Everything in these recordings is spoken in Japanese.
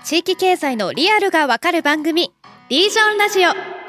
地域経済のリアルがわかる番組、リージョンラジオ。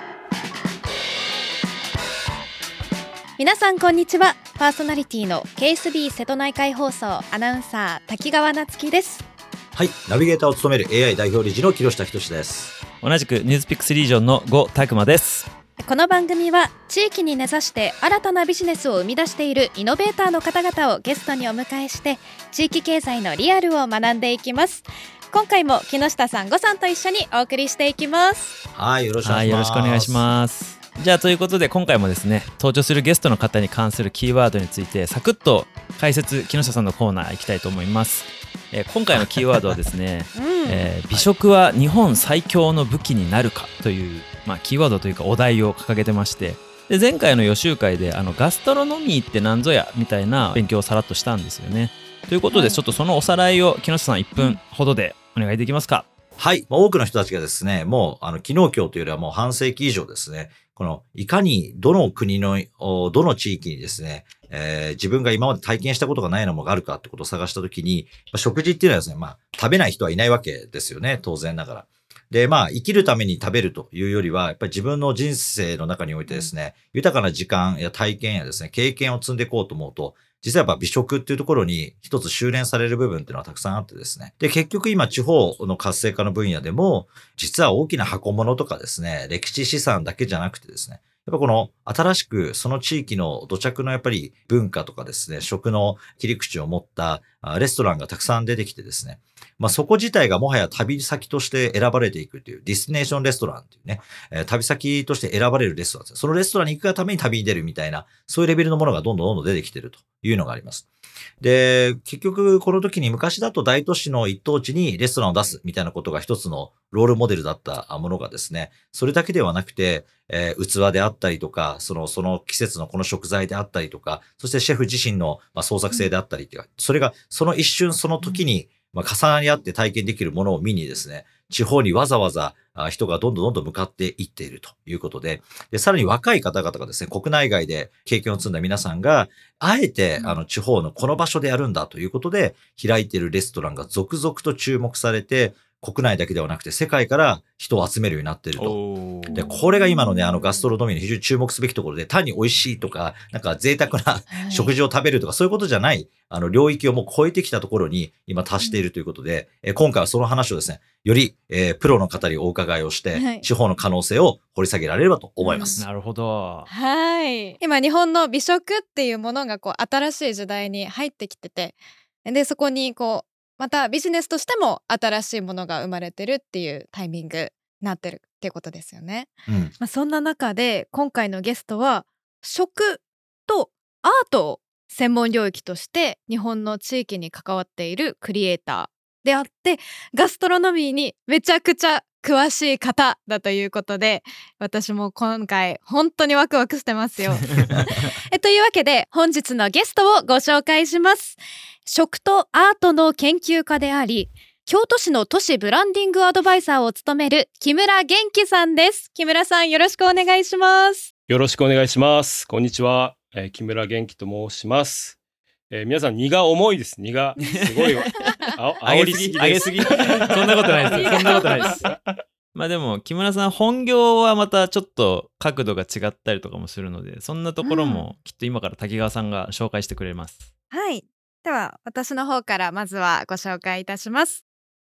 皆さんこんにちは。パーソナリティの KSB 瀬戸内海放送アナウンサー滝川夏樹です。 はい、ナビゲーターを務める AI 代表理事の木下仁です。 同じくニュースピックスリージョンの呉拓磨です。 この番組は地域に根ざして新たなビジネスを生み出しているイノベーターの方々をゲストにお迎えして地域経済のリアルを学んでいきます。今回も木下さん、呉さんと一緒にお送りしていきます。 はい、よろしくお願いします。 よろしくお願いします。じゃあということで今回もですね、登場するゲストの方に関するキーワードについてサクッと解説、木下さんのコーナー行きたいと思います。今回のキーワードはですね、美食は日本最強の武器になるかという、キーワードというかお題を掲げてまして、で前回の予習会でガストロノミーって何ぞやみたいな勉強をさらっとしたんですよね。ということで、ちょっとそのおさらいを木下さん1分ほどでお願いできますか。 はい、多くの人たちがですね、もう昨日今日というよりはもう半世紀以上ですね、このいかにどの国のどの地域にですね、自分が今まで体験したことがないようなものがあるかってことを探したときに、食事っていうのはですね、食べない人はいないわけですよね、当然ながら。で、生きるために食べるというよりは、やっぱり自分の人生の中においてですね、豊かな時間や体験やですね、経験を積んでいこうと思うと、実はやっぱ美食っていうところに一つ修練される部分っていうのはたくさんあってですね。で、結局今地方の活性化の分野でも、実は大きな箱物とかですね、歴史資産だけじゃなくてですね、やっぱこの新しくその地域の土着のやっぱり文化とかですね、食の切り口を持ったレストランがたくさん出てきてですね、そこ自体がもはや旅先として選ばれていくという、ディスティネーションレストランっていうね、旅先として選ばれるレストランです。そのレストランに行くがために旅に出るみたいな、そういうレベルのものがどんどん出てきているというのがあります。で、結局この時に昔だと大都市の一等地にレストランを出すみたいなことが一つのロールモデルだったものがですね、それだけではなくて、器であったりとか、その季節のこの食材であったりとか、そしてシェフ自身の創作性であったりとか、それがその一瞬その時に重なり合って体験できるものを見にですね、地方にわざわざ人がどんどん向かっていっているということで、さらに若い方々がですね、国内外で経験を積んだ皆さんが、あえて地方のこの場所でやるんだということで、開いているレストランが続々と注目されて、国内だけではなくて世界から人を集めるようになっていると。で、これが今のね、ガストロノミーの非常に注目すべきところで、単に美味しいとか、なんか贅沢な食事を食べるとか、そういうことじゃない、領域をもう超えてきたところに今達しているということで、今回はその話をですね、より、プロの方にお伺いをして、地方の可能性を掘り下げられればと思います。 なるほど。 はい。今日本の美食っていうものが新しい時代に入ってきてて、で、そこにまたビジネスとしても新しいものが生まれてるっていうタイミングになってるっていうことですよね。そんな中で今回のゲストは食とアートを専門領域として日本の地域に関わっているクリエイターであって、ガストロノミーにめちゃくちゃ詳しい方だということで、私も今回本当にワクワクしてますよというわけで本日のゲストをご紹介します。食とアートの研究家であり、京都市の都市ブランディングアドバイザーを務める木村元気さんです。木村さん、よろしくお願いします。 よろしくお願いします。こんにちは、木村元気と申します。皆さん荷が重いです。荷がすごい煽りすぎです。 上げすぎそんなことないです。そんなことないですでも木村さん本業はまたちょっと角度が違ったりとかもするので、そんなところもきっと今から滝川さんが紹介してくれます。 はい、では私の方からまずはご紹介いたします。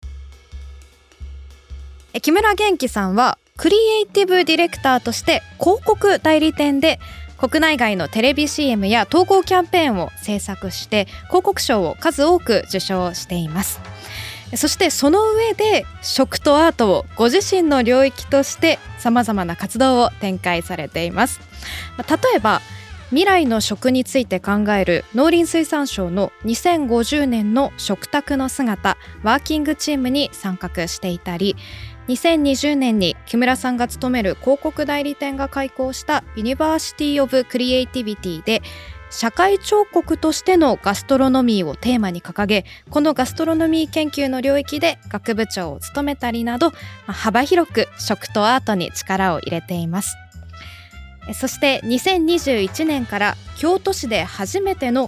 木村元気さんはクリエイティブディレクターとして広告代理店で国内外のテレビ CM や統合キャンペーンを制作して広告賞を数多く受賞しています。そしてその上で食とアートをご自身の領域としてさまざまな活動を展開されています。例えば未来の食について考える農林水産省の2050年の食卓の姿ワーキングチームに参画していたり、2020年に木村さんが勤める広告代理店が開講したユニバーシティ・オブ・クリエイティビティで社会彫刻としてのガストロノミーをテーマに掲げ、このガストロノミー研究の領域で学部長を務めたりなど、幅広く食とアートに力を入れています。そして2021年から京都市で初めての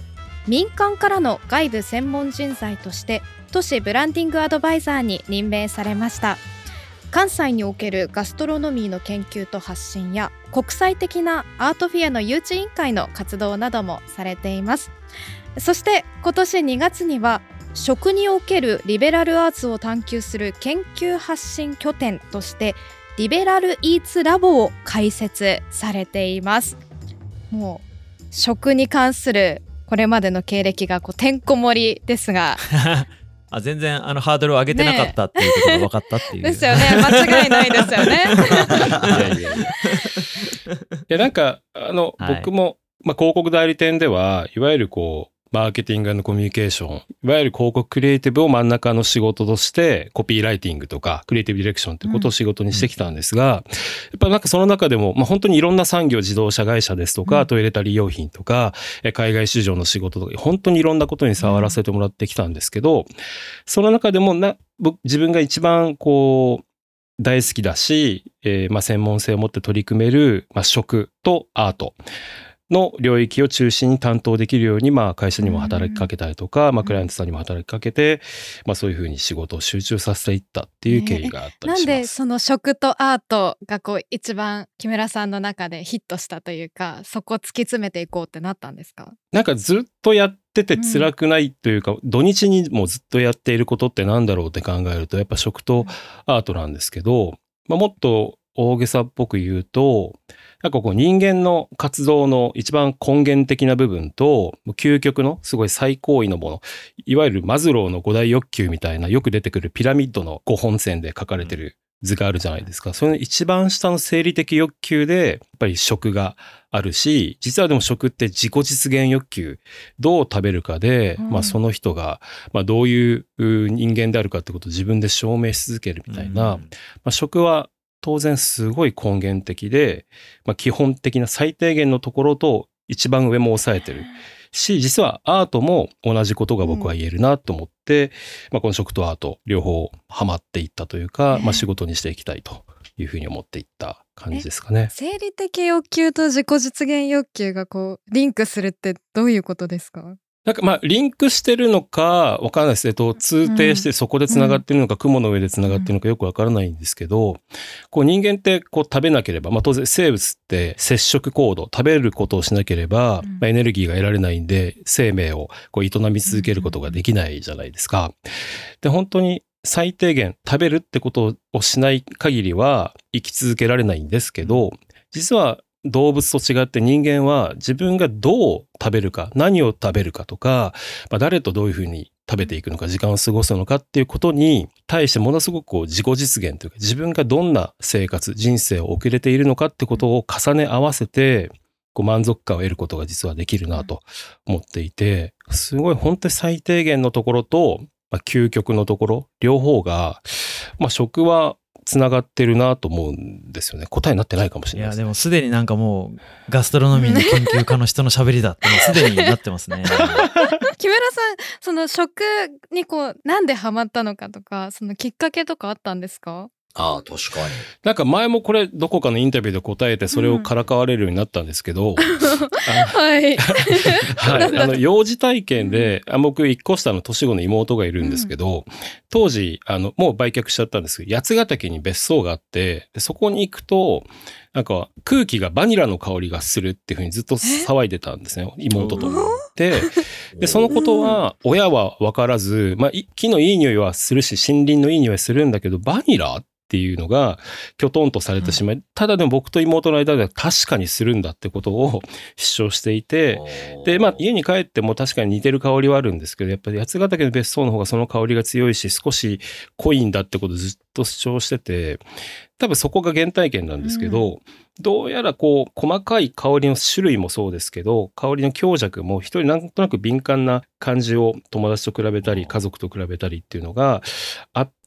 民間からの外部専門人材として都市ブランディングアドバイザーに任命されました。関西におけるガストロノミーの研究と発信や国際的なアートフェアの誘致委員会の活動などもされています。そして今年2月には食におけるリベラルアーツを探求する研究発信拠点としてリベラルイーツラボを開設されています。もう食に関するこれまでの経歴がてんこ盛りですが全然ハードルを上げてなかったっていうことが分かったっていう、 ですよね。間違いないですよねいやなんか僕も、広告代理店ではいわゆるマーケティング&コミュニケーション、いわゆる広告クリエイティブを真ん中の仕事としてコピーライティングとかクリエイティブディレクションということを仕事にしてきたんですが、やっぱなんかその中でも、本当にいろんな産業、自動車会社ですとか、トイレタリー用品とか、海外市場の仕事とか、本当にいろんなことに触らせてもらってきたんですけど、その中でも自分が一番大好きだし、専門性を持って取り組める、食とアートの領域を中心に担当できるように、会社にも働きかけたりとか、クライアントさんにも働きかけて、そういうふうに仕事を集中させていったっていう経緯があったりします。 なんでその食とアートが一番木村さんの中でヒットしたというか、そこ突き詰めていこうってなったんですか？ なんかずっとやってて辛くないというか、土日にもずっとやっていることってなんだろうって考えると、やっぱ食とアートなんですけど、もっと大げさっぽく言うと、なんか人間の活動の一番根源的な部分と、究極のすごい最高位のもの、いわゆるマズローの5大欲求みたいなよく出てくるピラミッドの5本線で書かれてる図があるじゃないですか。その一番下の生理的欲求で、やっぱり食があるし、実はでも食って自己実現欲求、どう食べるかで、その人が、どういう人間であるかってことを自分で証明し続けるみたいな、食は当然すごい根源的で、基本的な最低限のところと一番上も抑えてるし、実はアートも同じことが僕は言えるなと思って、この食とアート両方ハマっていったというか、仕事にしていきたいというふうに思っていった感じですかね。 生理的欲求と自己実現欲求がリンクするってどういうことですか？ なんかリンクしてるのかわからないです。通底してそこで繋がってるのか、雲の上で繋がってるのかよくわからないんですけど、人間って食べなければ、当然生物って摂食行動、食べることをしなければ、エネルギーが得られないんで、生命を営み続けることができないじゃないですか。で、本当に最低限食べるってことをしない限りは生き続けられないんですけど、実は動物と違って人間は自分がどう食べるか、何を食べるかとか、誰とどういうふうに食べていくのか、時間を過ごすのかっていうことに対してものすごく自己実現というか、自分がどんな生活、人生を送れているのかってことを重ね合わせて、満足感を得ることが実はできるなと思っていて、すごい本当に最低限のところと、究極のところ、両方が、食はつながってるなと思うんですよね。答えになってないかもしれないです。 いやでもすでになんかもうガストロノミーの研究家の人の喋りだってすでになってますね。 木村さん、その食になんでハマったのかとか、そのきっかけとかあったんですか？ ああ、確かに。 なんか前もこれどこかのインタビューで答えてそれをからかわれるようになったんですけど、 はい。 はい。幼児体験で、僕一個下の年子の妹がいるんですけど、当時、もう売却しちゃったんですけど、八ヶ岳に別荘があって、でそこに行くと、なんか空気がバニラの香りがするっていうふうにずっと騒いでたんですね、妹と。で、そのことは親は分からず、木のいい匂いはするし、森林のいい匂いはするんだけど、バニラっていうのがきょとんとされてしまい、ただでも僕と妹の間では確かにするんだってことを主張していて、で、家に帰っても確かに似てる香りはあるんですけど、やっぱり八ヶ岳の別荘の方がその香りが強いし、少し濃いんだってことをずっと主張してて、多分そこが原体験なんですけど、どうやら細かい香りの種類もそうですけど、香りの強弱も一人なんとなく敏感な感じを友達と比べたり家族と比べたりっていうのがあって、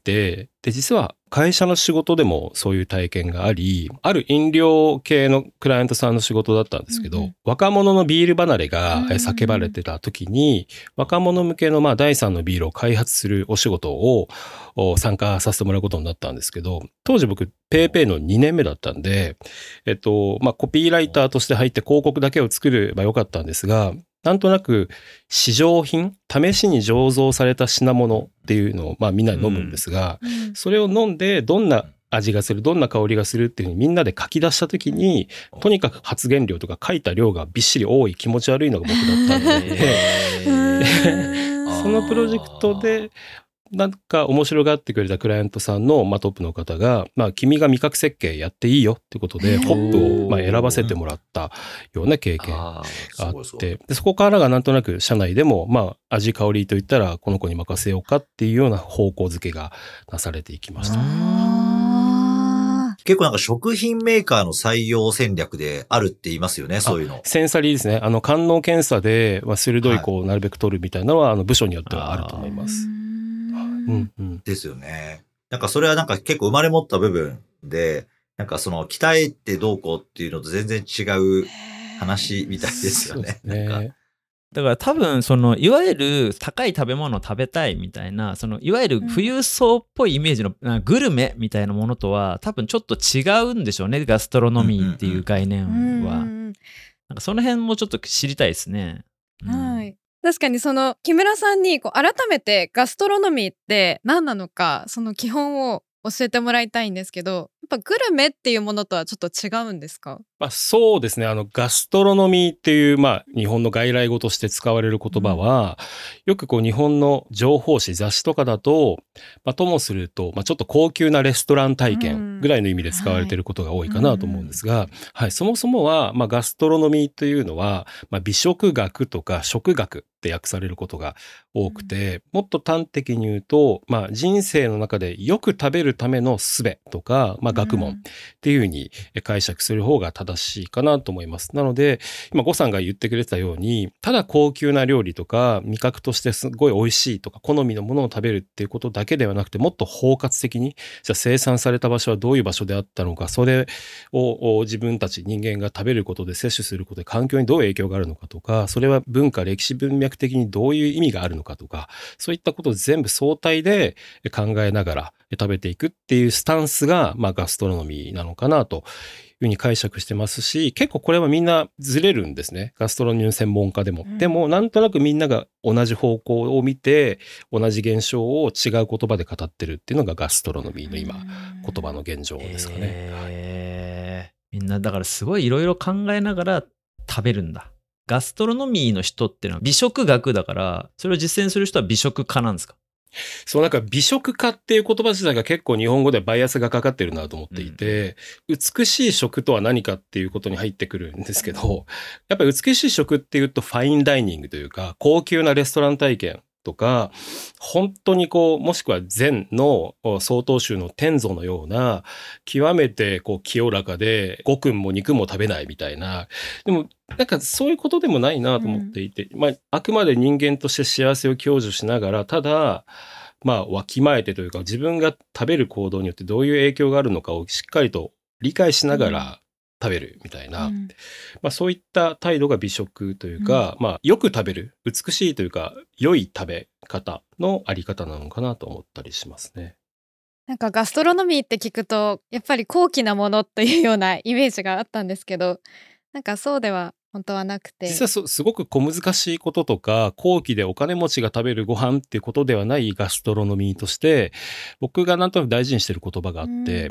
で実は会社の仕事でもそういう体験があり、ある飲料系のクライアントさんの仕事だったんですけど、若者のビール離れが叫ばれてた時に、若者向けの第3のビールを開発するお仕事を参加させてもらうことになったんですけど、当時僕ペイペイの2年目だったんで、コピーライターとして入って広告だけを作ればよかったんですが、 なんとなく試乗品、試しに醸造された品物っていうのをみんなで飲むんですが、それを飲んでどんな味がする、どんな香りがするっていうふうにみんなで書き出した時に、とにかく発言量とか書いた量がびっしり多い気持ち悪いのが僕だったので、そのプロジェクトでなんか面白がってくれたクライアントさんのトップの方が、君が味覚設計やっていいよってことでホップを選ばせてもらったような経験があって、でそこからがなんとなく社内でも味香りといったらこの子に任せようかっていうような方向づけがなされていきました。 結構なんか食品メーカーの採用戦略であるって言いますよね、そういうの。 センサリーですね。官能検査で鋭い子をなるべく取るみたいなのは部署によってはあると思います。 ですよね。なんかそれはなんか結構生まれ持った部分で、なんかその鍛えてどうこうっていうのと全然違う話みたいですよね。 だから多分いわゆる高い食べ物を食べたいみたいな、いわゆる富裕層っぽいイメージのグルメみたいなものとは多分ちょっと違うんでしょうね、ガストロノミーっていう概念は。なんかその辺もちょっと知りたいですね。 はい。確かに木村さんに改めてガストロノミーって何なのか、その基本を教えてもらいたいんですけど、やっぱグルメっていうものとはちょっと違うんですか？ そうですね。ガストロノミーっていう、日本の外来語として使われる言葉は、よく日本の情報誌、雑誌とかだと、ともすると、ちょっと高級なレストラン体験ぐらいの意味で使われていることが多いかなと思うんですが、そもそもは、ガストロノミーというのは、美食学とか食学って訳されることが多くて、もっと端的に言うと、人生の中でよく食べるための術とか、学問っていうふうに解釈する方が正しいかなと思います。なので、今、呉さんが言ってくれてたように、ただ高級な料理とか、味覚としてすごい美味しいとか、好みのものを食べるっていうことだけではなくて、もっと包括的に、じゃあ生産された場所はどういう場所であったのか、それを自分たち人間が食べることで摂取することで環境にどう影響があるのかとか、それは文化、歴史文脈的にどういう意味があるのかとか、そういったことを全部相対で考えながら食べていくっていうスタンスが、ガストロノミーなのかなというふうに解釈してますし、結構これはみんなずれるんですね。ガストロノミーの専門家でも。でもなんとなくみんなが同じ方向を見て、同じ現象を違う言葉で語ってるっていうのがガストロノミーの今、言葉の現状ですかね。 みんなだからすごいいろいろ考えながら食べるんだ。ガストロノミーの人っていうのは美食学だから、それを実践する人は美食家なんですか？ そう、なんか美食家っていう言葉自体が結構日本語でバイアスがかかってるなと思っていて、美しい食とは何かっていうことに入ってくるんですけど、やっぱり美しい食っていうとファインダイニングというか、高級なレストラン体験とか、本当にもしくは禅の曹洞宗の天祖のような、極めて清らかで、五訓も肉も食べないみたいな、でもなんかそういうことでもないなと思っていて、あくまで人間として幸せを享受しながら、ただ、わきまえてというか、自分が食べる行動によってどういう影響があるのかをしっかりと理解しながら食べるみたいな、そういった態度が美食というか、よく食べる、美しいというか、良い食べ方のあり方なのかなと思ったりしますね。 なんかガストロノミーって聞くと、やっぱり高貴なものというようなイメージがあったんですけど、なんかそうでは本当はなくて、 実はすごく小難しいこととか、高貴でお金持ちが食べるご飯っていうことではないガストロノミーとして、僕がなんとなく大事にしてる言葉があって、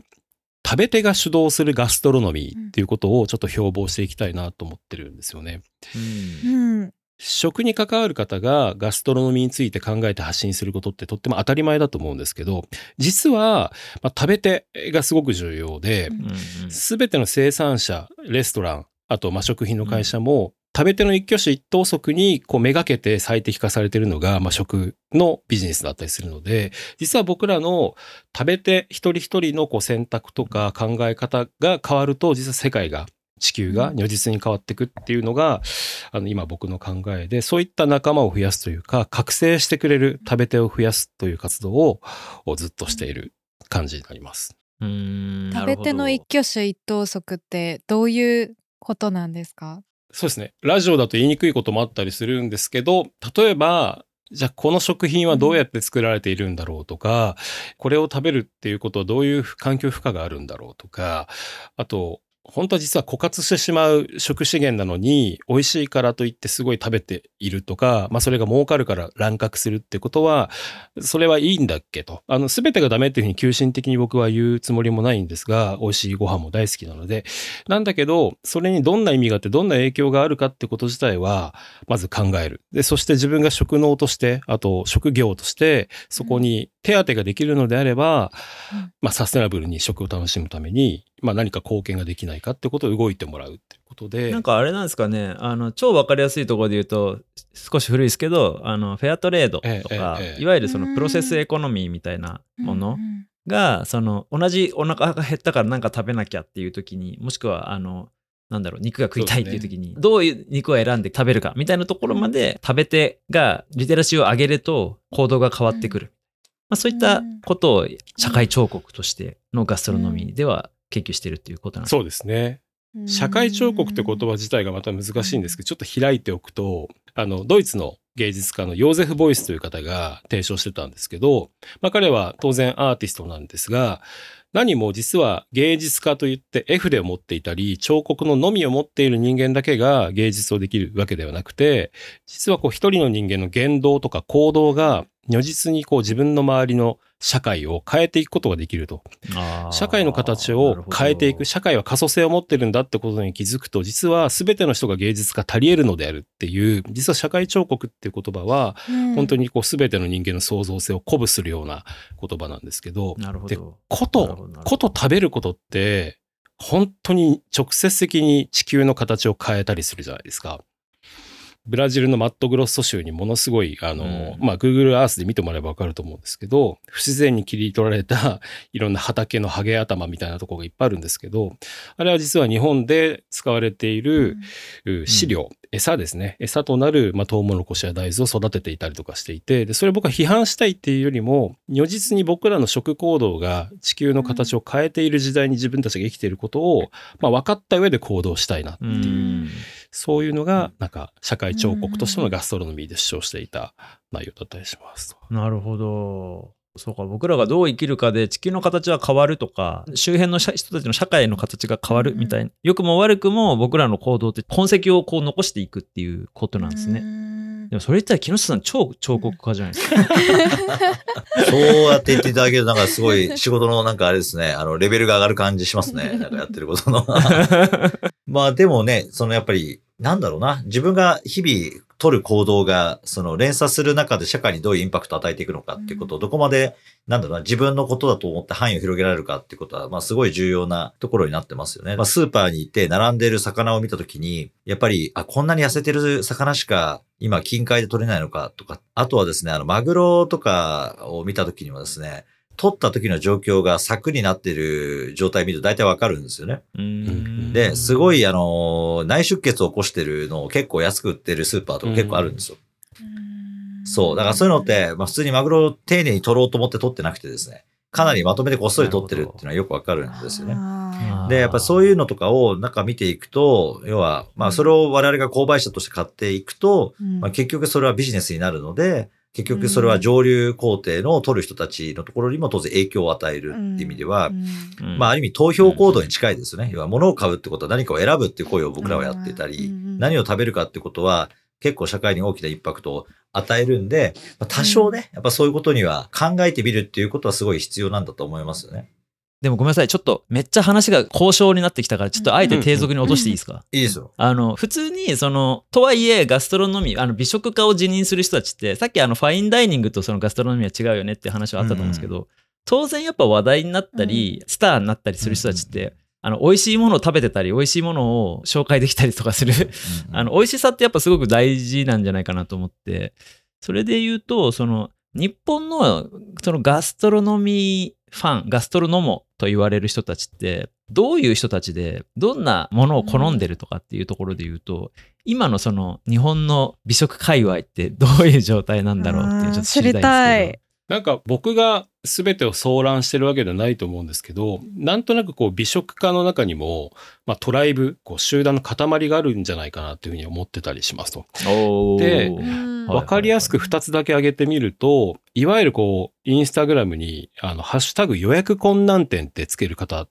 食べ手が主導するガストロノミーっていうことをちょっと標榜していきたいなと思ってるんですよね。食に関わる方がガストロノミーについて考えて発信することってとっても当たり前だと思うんですけど、実は、食べ手がすごく重要で、全ての生産者、レストラン、あと食品の会社も、食べ手の一挙手一投足にめがけて最適化されているのが、食のビジネスだったりするので、実は僕らの食べ手一人一人の選択とか考え方が変わると、実は世界が、地球が如実に変わっていくっていうのが、今僕の考えで、そういった仲間を増やすというか、覚醒してくれる食べ手を増やすという活動をずっとしている感じになります。 食べ手の一挙手一投足ってどういうことなんですか？ そうですね。ラジオだと言いにくいこともあったりするんですけど、例えば、じゃあこの食品はどうやって作られているんだろうとか、これを食べるっていうことはどういう環境負荷があるんだろうとか、あと、 本当は実は枯渇してしまう食資源なのに、美味しいからといってすごい食べているとか、それが儲かるから乱獲するってことは、それはいいんだっけと。全てがダメっていうふうに急進的に僕は言うつもりもないんですが、美味しいご飯も大好きなので。なんだけど、それにどんな意味があって、どんな影響があるかってこと自体は、まず考える。で、そして自分が職能として、あと職業として、そこに手当てができるのであれば、サステナブルに食を楽しむために、何か貢献ができないかってことを動いてもらうっていうことで。 なんかあれなんですかね、超わかりやすいところで言うと、少し古いですけど、フェアトレードとか、いわゆるそのプロセスエコノミーみたいなものが、その同じお腹が減ったからなんか食べなきゃっていう時に、もしくは肉が食いたいっていう時に、どういう肉を選んで食べるかみたいなところまで食べ手がリテラシーを上げると行動が変わってくる。そういったことを社会彫刻としてのガストロノミーでは研究しているっていうことなんですか。 そうですね。社会彫刻って言葉自体がまた難しいんですけど、ちょっと開いておくと、ドイツの芸術家のヨーゼフ・ボイスという方が提唱してたんですけど、彼は当然アーティストなんですが、何も実は芸術家といって絵筆を持っていたり、彫刻ののみを持っている人間だけが芸術をできるわけではなくて、実は一人の人間の言動とか行動が如実に自分の周りの社会を変えていくことができると。社会の形を変えていく、社会は可塑性を持ってるんだってことに気づくと、実は全ての人が芸術家足り得るのであるっていう、実は社会彫刻っていう言葉は、本当に全ての人間の創造性を鼓舞するような言葉なんですけど、で、こと食べることって、本当に直接的に地球の形を変えたりするじゃないですか。ブラジルのマットグロッソ州にものすごい、Google Earth で見てもらえばわかると思うんですけど、不自然に切り取られたいろんな畑のハゲ頭みたいなところがいっぱいあるんですけど、あれは実は日本で使われている飼料、餌ですね。餌となる、トウモロコシや大豆を育てていたりとかしていて、で、それ僕は批判したいっていうよりも、如実に僕らの食行動が地球の形を変えている時代に自分たちが生きていることを、分かった上で行動したいなっていう、そういうのが、なんか、社会彫刻としてのガストロノミーで主張していた内容だったりします。 なるほど。そうか、僕らがどう生きるかで地球の形は変わるとか、周辺の人たちの社会の形が変わるみたいな、良くも悪くも僕らの行動って痕跡を残していくっていうことなんですね。でもそれ言ったら木下さん超彫刻家じゃないですか。 そうやって言っていただけるとなんかすごい仕事のなんかあれですね、レベルが上がる感じしますね。なんかやってることの。でもね、やっぱり、なんだろうな、自分が日々取る行動が、連鎖する中で社会にどういうインパクトを与えていくのかっていうことを、どこまで、なんだろうな、自分のことだと思って範囲を広げられるかっていうことは、すごい重要なところになってますよね。スーパーに行って並んでいる魚を見たときに、やっぱり、こんなに痩せてる魚しか今近海で取れないのかとか、あとはですね、マグロとかを見たときにもですね、取った時の状況が柵になっている状態を見ると大体わかるんですよね。で、すごい内出血を起こしてるのを結構安く売ってるスーパーとか結構あるんですよ。そう。だからそういうのって、普通にマグロを丁寧に取ろうと思って取ってなくてですね、かなりまとめてこっそり取ってるっていうのはよくわかるんですよね。で、やっぱそういうのとかをなんか見ていくと、要は、それを我々が購買者として買っていくと、結局それはビジネスになるので、結局それは上流工程の取る人たちのところにも当然影響を与えるっていう意味では、ある意味投票行動に近いですよね。要は物を買うってことは何かを選ぶっていう行為を僕らはやっていたり、何を食べるかってことは結構社会に大きなインパクトを与えるんで、多少ね、やっぱそういうことには考えてみるっていうことはすごい必要なんだと思いますよね。 でもごめんなさい。ちょっとめっちゃ話が交渉になってきたから、ちょっとあえて低俗に落としていいですか？ いいですよ。 普通に、とはいえガストロノミー、美食家を自認する人たちって、さっきファインダイニングとそのガストロノミーは違うよねって話はあったと思うんですけど、当然やっぱ話題になったり、スターになったりする人たちって、美味しいものを食べてたり、美味しいものを紹介できたりとかする、美味しさってやっぱすごく大事なんじゃないかなと思って、それで言うと、日本のガストロノミーファン、ガストロノモと言われる人たちってどういう人たちでどんなものを好んでるとかっていうところで言うと、今の日本の美食界隈ってどういう状態なんだろうっていうちょっと知りたいんですけど。 なんか僕が全てを総覧してるわけではないと思うんですけど、なんとなく美食家の中にも、トライブ、集団の塊があるんじゃないかなっていうふうに思ってたりしますと。で、わかりやすく2つだけ挙げてみると、いわゆるインスタグラムに、ハッシュタグ予約困難点ってつける方って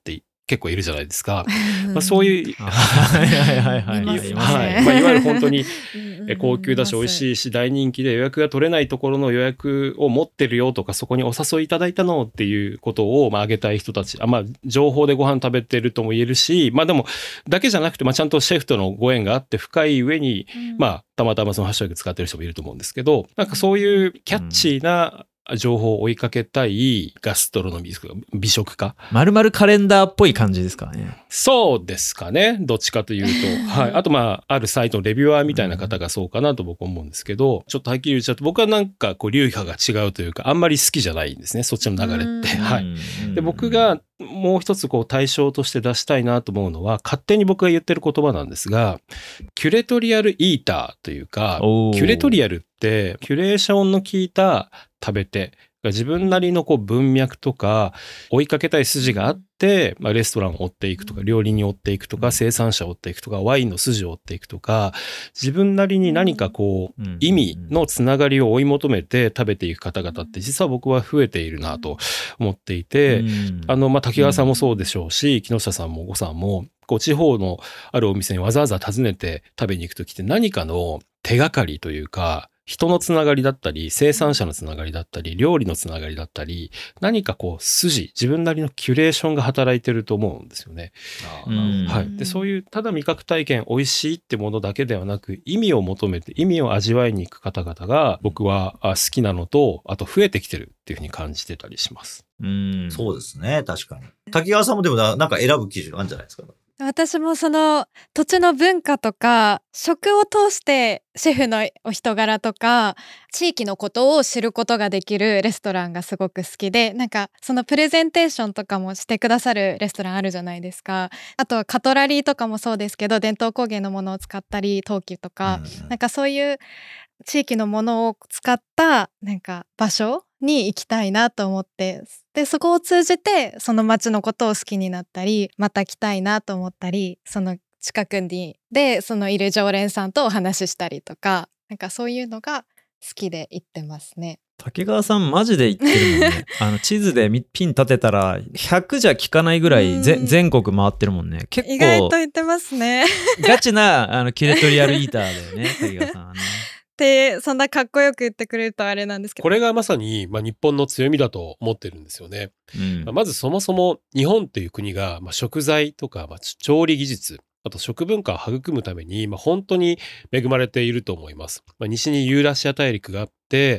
結構いるじゃないですか。そういうはいはいはいはい。 いますねはい。いわゆる本当にうんうん高級だし美味しいし大人気で予約が取れないところの予約を持ってるよとか、そこにお誘いいただいたのっていうことをあげたい人たち、情報でご飯食べてるとも言えるし、でもだけじゃなくてちゃんとシェフとのご縁があって深い上に、たまたまそのハッシュタグ使ってる人もいると思うんですけど、なんかそういうキャッチーな情報を追いかけたいガストロノミー、美食家。 丸々カレンダーっぽい感じですかね。 そうですかね。どっちかというと。はい。あとあるサイトのレビュアーみたいな方がそうかなと僕は思うんですけど、ちょっとはっきり言っちゃうと僕はなんか流派が違うというか、あんまり好きじゃないんですね。そっちの流れって。はい。で、僕がもう一つ対象として出したいなと思うのは、勝手に僕が言ってる言葉なんですが、キュレトリアルイーターというか、キュレトリアルってキュレーションの効いた食べ手が自分なりの文脈とか追いかけたい筋があって、レストランを追っていくとか、料理人を追っていくとか、生産者を追っていくとか、ワインの筋を追っていくとか、自分なりに何か意味のつながりを追い求めて食べていく方々って実は僕は増えているなと思っていて、滝川さんもそうでしょうし、木下さんも呉さんも地方のあるお店にわざわざ訪ねて食べに行くときって何かの手がかりというか、人のつながりだったり、生産者のつながりだったり、料理のつながりだったり、何か筋、自分なりのキュレーションが働いてると思うんですよね。はい。で、そういうただ味覚体験、美味しいってものだけではなく、意味を求めて、意味を味わいに行く方々が僕は好きなのと、あと増えてきてるっていうふうに感じてたりします。 そうですね。確かに。滝川さんもでもなんか選ぶ基準あるんじゃないですか。 私もその土地の文化とか食を通してシェフのお人柄とか地域のことを知ることができるレストランがすごく好きで、なんかそのプレゼンテーションとかもしてくださるレストランあるじゃないですか。あとはカトラリーとかもそうですけど、伝統工芸のものを使ったり陶器とか、なんかそういう地域のものを使ったなんか場所に行きたいなと思って、でそこを通じてその街のことを好きになったり、また来たいなと思ったり、その近くにでそのいる常連さんとお話ししたりとか、なんかそういうのが好きで行ってますね。 竹川さんマジで言ってるもんね。地図でピン立てたら100じゃ効かないぐらい全国回ってるもんね。結構意外と言ってますね。 ガチなキュレトリアルイーターだよね、竹川さんはね。 ってそんなかっこよく言ってくれるとあれなんですけど、 これがまさに、日本の強みだと思ってるんですよね。まずそもそも日本っていう国が、食材とか、調理技術、あと食文化を育むために、本当に恵まれていると思います。西にユーラシア大陸があって、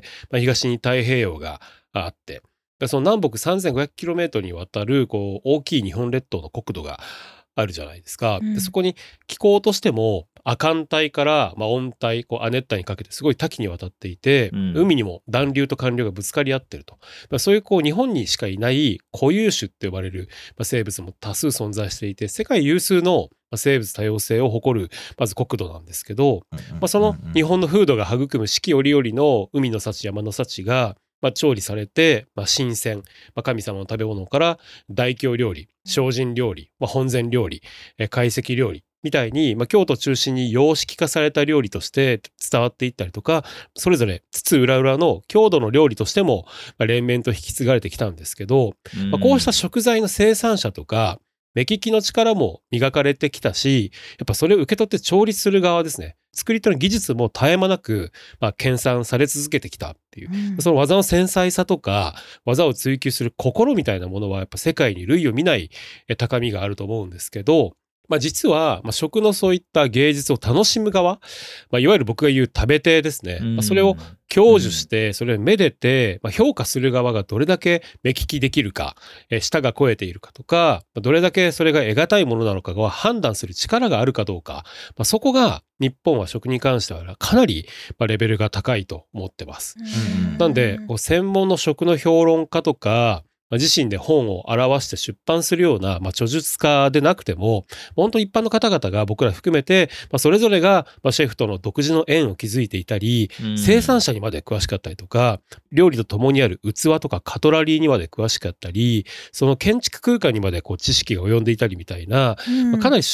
東に太平洋があって、その南北 3500km にわたる大きい日本列島の国土があるじゃないですか。でそこに気候としても亜寒帯から温帯、亜熱帯にかけてすごい多岐にわたっていて、海にも暖流と寒流がぶつかり合ってると。そういう日本にしかいない固有種って呼ばれる生物も多数存在していて、世界有数の生物多様性を誇るまず国土なんですけど、その日本の風土が育む四季折々の海の幸、山の幸が調理されて、新鮮、神様の食べ物から大京料理、精進料理、本膳料理、懐石料理みたいに、京都中心に様式化された料理として伝わっていったりとか、それぞれ津々浦々の郷土の料理としても連綿と引き継がれてきたんですけど、こうした食材の生産者とか目利きの力も磨かれてきたし、やっぱそれを受け取って調理する側ですね。作り手の技術も絶え間なく、研鑽され続けてきたっていう、その技の繊細さとか技を追求する心みたいなものはやっぱ世界に類を見ない高みがあると思うんですけど、実は食のそういった芸術を楽しむ側、いわゆる僕が言う食べ手ですね。それを享受して、それをめでて、評価する側がどれだけ目利きできるか、舌が肥えているかとか、どれだけそれが得難いものなのかが判断する力があるかどうか、そこが日本は食に関してはかなりレベルが高いと思ってます。なんで、専門の食の評論家とか、自身で本を表して出版するような、著述家でなくても、本当一般の方々が僕ら含めて、それぞれが、シェフとの独自の縁を築いていたり、生産者にまで詳しかったりとか、料理と共にある器とかカトラリーにまで詳しかったり、その建築空間にまで知識が及んでいたりみたいな、かなり食って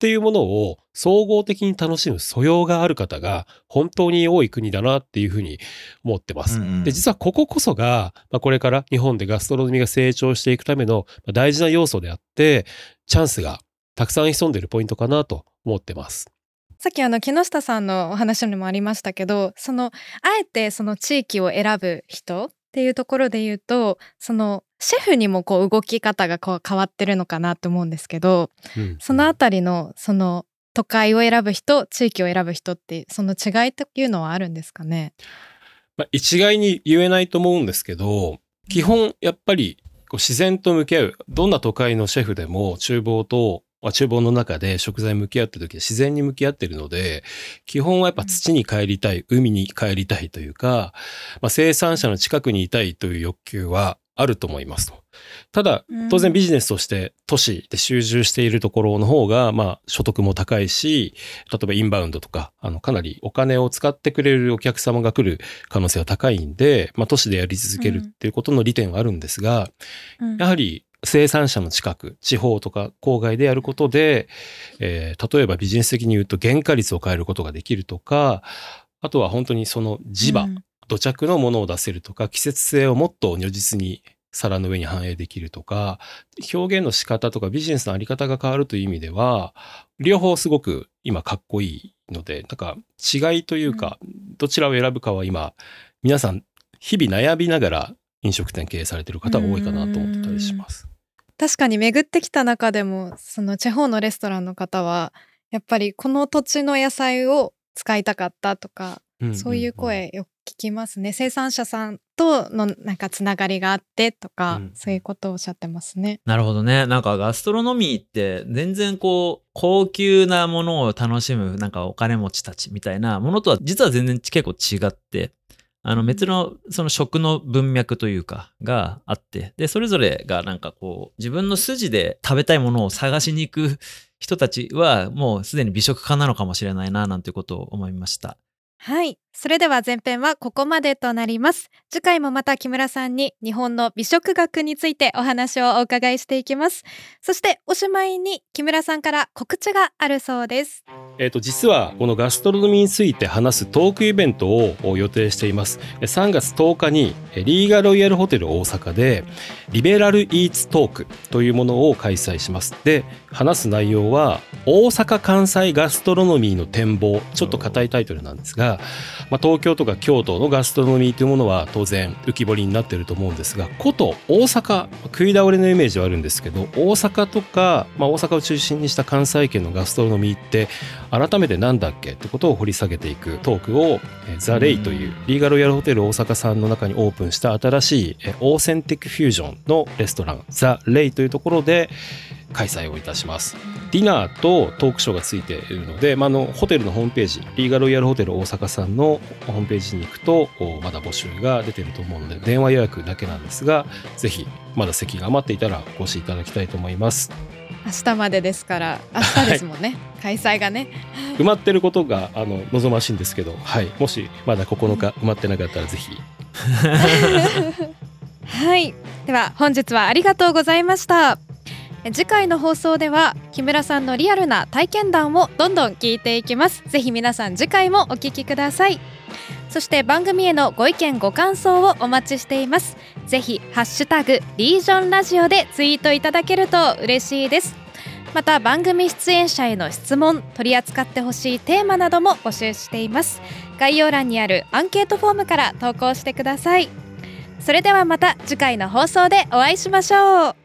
っていうものを総合的に楽しむ素養がある方が本当に多い国だなっていうふうに思ってます。で、実はこここそが、これから日本でガストロノミーが成長していくための大事な要素であって、チャンスがたくさん潜んでいるポイントかなと思ってます。 さっき木下さんのお話にもありましたけど、あえてその地域を選ぶ人っていうところで言うと、シェフにも動き方が変わってるのかなと思うんですけど、そのあたりの都会を選ぶ人、地域を選ぶ人ってその違いというのはあるんですかね？ 一概に言えないと思うんですけど、基本やっぱり自然と向き合う、どんな都会のシェフでも厨房の中で食材向き合ってる時は自然に向き合ってるので、基本はやっぱ土に帰りたい、海に帰りたいというか、生産者の近くにいたいという欲求はあると思いますと。ただ、当然ビジネスとして都市で集中しているところの方が、所得も高いし、例えばインバウンドとか、かなりお金を使ってくれるお客様が来る可能性は高いんで、都市でやり続けるっていうことの利点はあるんですが、やはり生産者の近く、地方とか郊外でやることで、例えばビジネス的に言うと原価率を変えることができるとか、あとは本当にその地場、土着のものを出せるとか、季節性をもっと如実に皿の上に反映できるとか、表現の仕方とかビジネスのあり方が変わるという意味では、両方すごく今かっこいいので、違いというか、どちらを選ぶかは今、皆さん日々悩みながら飲食店経営されている方が多いかなと思ってたりします。 確かに巡ってきた中でも、地方のレストランの方は、やっぱりこの土地の野菜を使いたかったとか、そういう声よく聞きますね。生産者さんとのつながりがあってとか、そういうことをおっしゃってますね。 なるほどね。ガストロノミーって全然高級なものを楽しむお金持ちたちみたいなものとは実は全然結構違って、別のその食の文脈というかがあって、でそれぞれが自分の筋で食べたいものを探しに行く人たちはもうすでに美食家なのかもしれないななんてことを思いました。 はい、それでは前編はここまでとなります。次回もまた木村さんに日本の美食学についてお話をお伺いしていきます。そしておしまいに木村さんから告知があるそうです。 実はこのガストロノミーについて話すトークイベントを予定しています。3月10日にリーガロイヤルホテル大阪でリベラルイーツトークというものを開催します。で、話す内容は大阪・関西ガストロノミーの展望、ちょっと硬いタイトルなんですが、東京とか京都のガストロノミーというものは当然浮き彫りになっていると思うんですが、こと大阪、食い倒れのイメージはあるんですけど、大阪とか、大阪を中心にした関西圏のガストロノミーって改めてなんだっけってことを掘り下げていくトークをザ・レイというリーガロイヤルホテル大阪さんの中にオープンした新しいオーセンティックフュージョンのレストランザ・レイというところで開催をいたします。ディナーとトークショーがついているので、ホテルのホームページ、リーガロイヤルホテル大阪さんのホームページに行くとまだ募集が出ていると思うので、電話予約だけなんですが、ぜひまだ席が余っていたらお越しいただきたいと思います。 明日までですから、明日ですもんね、開催がね。 埋まってることが望ましいんですけど、もしまだ9日埋まってなかったらぜひはい、では本日はありがとうございました。次回の放送では木村さんのリアルな体験談をどんどん聞いていきます。ぜひ皆さん次回もお聞きください。そして番組へのご意見ご感想をお待ちしています。ぜひハッシュタグリージョンラジオでツイートいただけると嬉しいです。また番組出演者への質問、取り扱ってほしいテーマなども募集しています。概要欄にあるアンケートフォームから投稿してください。それではまた次回の放送でお会いしましょう。